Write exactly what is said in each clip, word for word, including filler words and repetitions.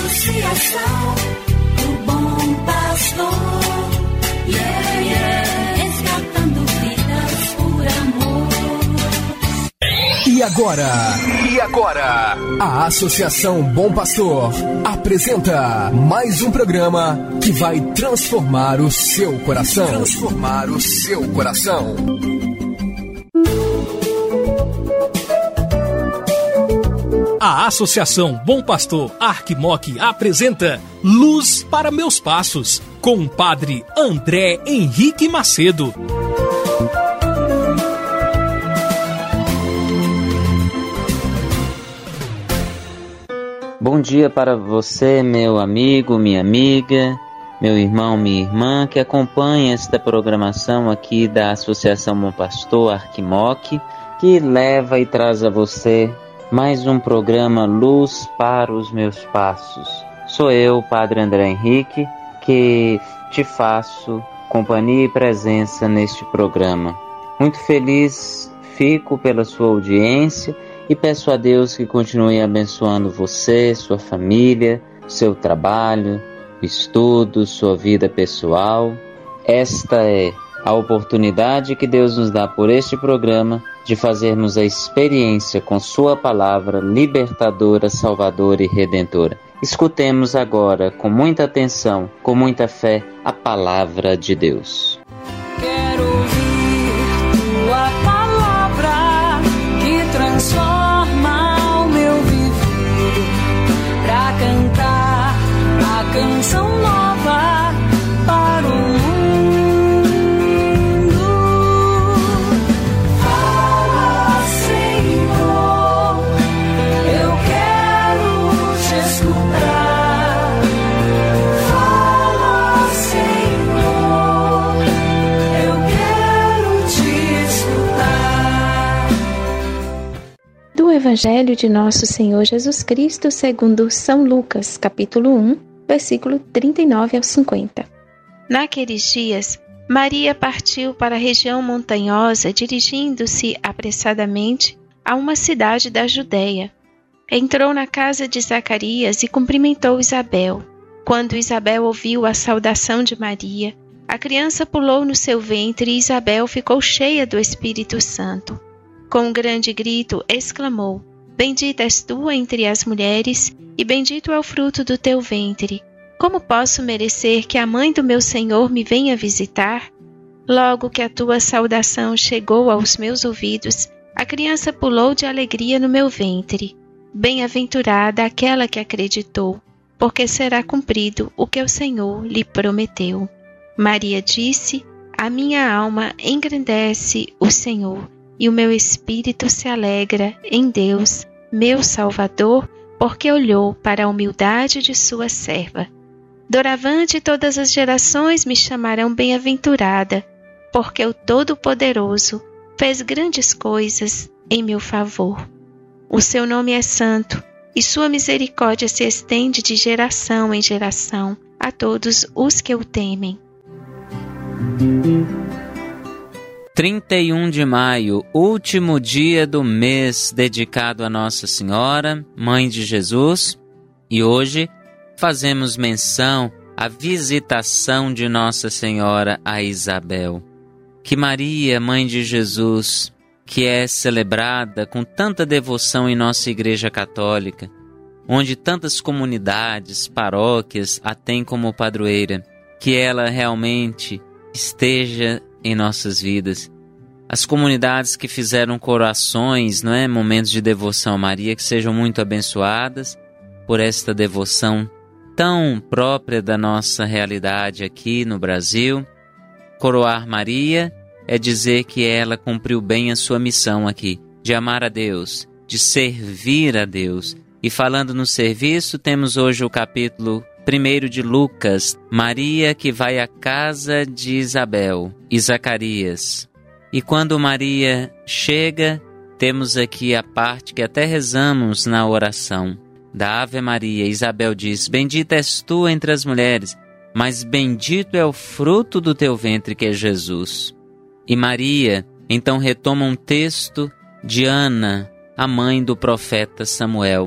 Associação do Bom Pastor, yeah, yeah, resgatando vidas por amor. E agora? E agora? A Associação Bom Pastor apresenta mais um programa que vai transformar o seu coração. Transformar o seu coração. A Associação Bom Pastor Arquimoc apresenta Luz para Meus Passos, com o padre André Henrique Macedo. Bom dia para você, meu amigo, minha amiga, meu irmão, minha irmã, que acompanha esta programação aqui da Associação Bom Pastor Arquimoc, que leva e traz a você mais um programa Luz para os Meus Passos. Sou eu, Padre André Henrique, que te faço companhia e presença neste programa. Muito feliz fico pela sua audiência e peço a Deus que continue abençoando você, sua família, seu trabalho, estudo, sua vida pessoal. Esta é a oportunidade que Deus nos dá por este programa de fazermos a experiência com sua palavra libertadora, salvadora e redentora. Escutemos agora, com muita atenção, com muita fé, a palavra de Deus. Quero ouvir tua palavra que transforma o meu viver, pra cantar a canção nova para o mundo. Evangelho de Nosso Senhor Jesus Cristo segundo São Lucas, capítulo um, versículo trinta e nove ao cinquenta. Naqueles dias, Maria partiu para a região montanhosa, dirigindo-se apressadamente a uma cidade da Judéia. Entrou na casa de Zacarias e cumprimentou Isabel. Quando Isabel ouviu a saudação de Maria, a criança pulou no seu ventre e Isabel ficou cheia do Espírito Santo. Com um grande grito, exclamou: Bendita és tu entre as mulheres, e bendito é o fruto do teu ventre. Como posso merecer que a mãe do meu Senhor me venha visitar? Logo que a tua saudação chegou aos meus ouvidos, a criança pulou de alegria no meu ventre. Bem-aventurada aquela que acreditou, porque será cumprido o que o Senhor lhe prometeu. Maria disse: A minha alma engrandece o Senhor, e o meu espírito se alegra em Deus, meu Salvador, porque olhou para a humildade de sua serva. Doravante todas as gerações me chamarão bem-aventurada, porque o Todo-Poderoso fez grandes coisas em meu favor. O seu nome é santo, e sua misericórdia se estende de geração em geração a todos os que o temem. trinta e um de maio, último dia do mês dedicado a Nossa Senhora, Mãe de Jesus, e hoje fazemos menção à visitação de Nossa Senhora a Isabel. Que Maria, Mãe de Jesus, que é celebrada com tanta devoção em nossa Igreja Católica, onde tantas comunidades, paróquias a têm como padroeira, que ela realmente esteja em nossas vidas. As comunidades que fizeram corações, não é, momentos de devoção a Maria, que sejam muito abençoadas por esta devoção tão própria da nossa realidade aqui no Brasil. Coroar Maria é dizer que ela cumpriu bem a sua missão aqui, de amar a Deus, de servir a Deus. E falando no serviço, temos hoje o capítulo primeiro de Lucas, Maria que vai à casa de Isabel e Zacarias. E quando Maria chega, temos aqui a parte que até rezamos na oração da Ave Maria. Isabel diz: Bendita és tu entre as mulheres, mas bendito é o fruto do teu ventre, que é Jesus. E Maria então retoma um texto de Ana, a mãe do profeta Samuel,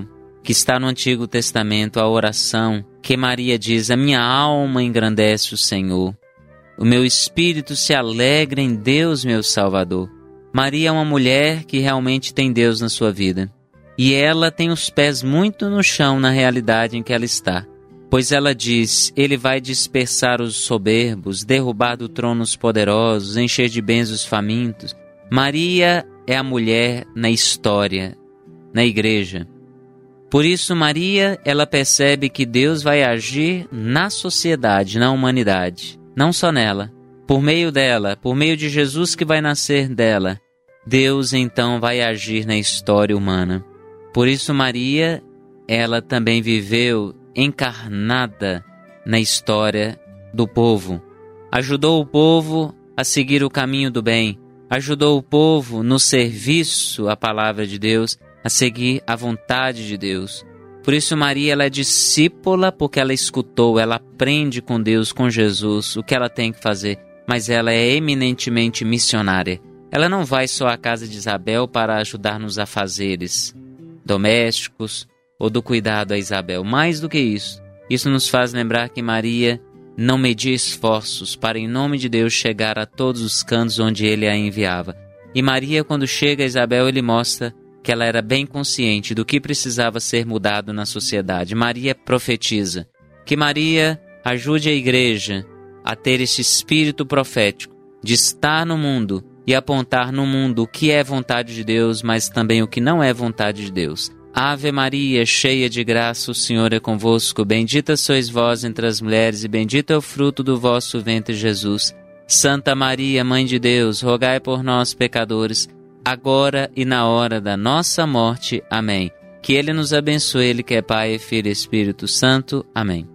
que está no Antigo Testamento, a oração que Maria diz: a minha alma engrandece o Senhor, o meu espírito se alegra em Deus, meu Salvador. Maria é uma mulher que realmente tem Deus na sua vida. E ela tem os pés muito no chão na realidade em que ela está. Pois ela diz: Ele vai dispersar os soberbos, derrubar do trono os poderosos, encher de bens os famintos. Maria é a mulher na história, na igreja. Por isso, Maria, ela percebe que Deus vai agir na sociedade, na humanidade. Não só nela. Por meio dela, por meio de Jesus que vai nascer dela, Deus então vai agir na história humana. Por isso, Maria, ela também viveu encarnada na história do povo. Ajudou o povo a seguir o caminho do bem. Ajudou o povo no serviço à palavra de Deus, a seguir a vontade de Deus. Por isso, Maria, ela é discípula porque ela escutou, ela aprende com Deus, com Jesus, o que ela tem que fazer. Mas ela é eminentemente missionária. Ela não vai só à casa de Isabel para ajudar nos afazeres domésticos ou do cuidado a Isabel. Mais do que isso, isso nos faz lembrar que Maria não media esforços para, em nome de Deus, chegar a todos os cantos onde Ele a enviava. E Maria, quando chega a Isabel, Ele mostra que ela era bem consciente do que precisava ser mudado na sociedade. Maria profetiza. Que Maria ajude a igreja a ter este espírito profético de estar no mundo e apontar no mundo o que é vontade de Deus, mas também o que não é vontade de Deus. Ave Maria, cheia de graça, o Senhor é convosco. Bendita sois vós entre as mulheres e bendito é o fruto do vosso ventre, Jesus. Santa Maria, Mãe de Deus, rogai por nós, pecadores, agora e na hora da nossa morte. Amém. Que Ele nos abençoe, Ele que é Pai, Filho e Espírito Santo. Amém.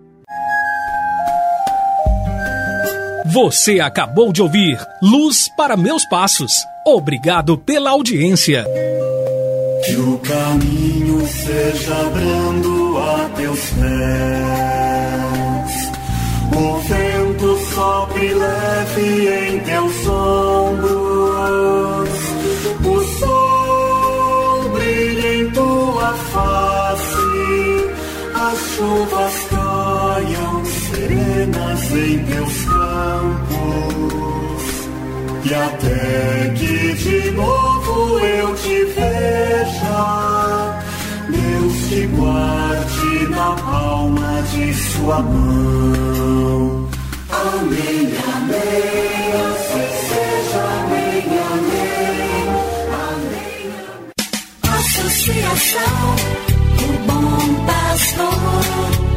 Você acabou de ouvir Luz para Meus Passos. Obrigado pela audiência. Que o caminho seja brando a teus pés, o vento sopre leve em teus ombros, o sol brilhe em tua face, as chuvas caiam serenas em teus campos, e até que de novo eu te veja, Deus te guarde na palma de sua mão. Amém, amém, assim seja, amém, amém, amém. Associação, o bom pastor.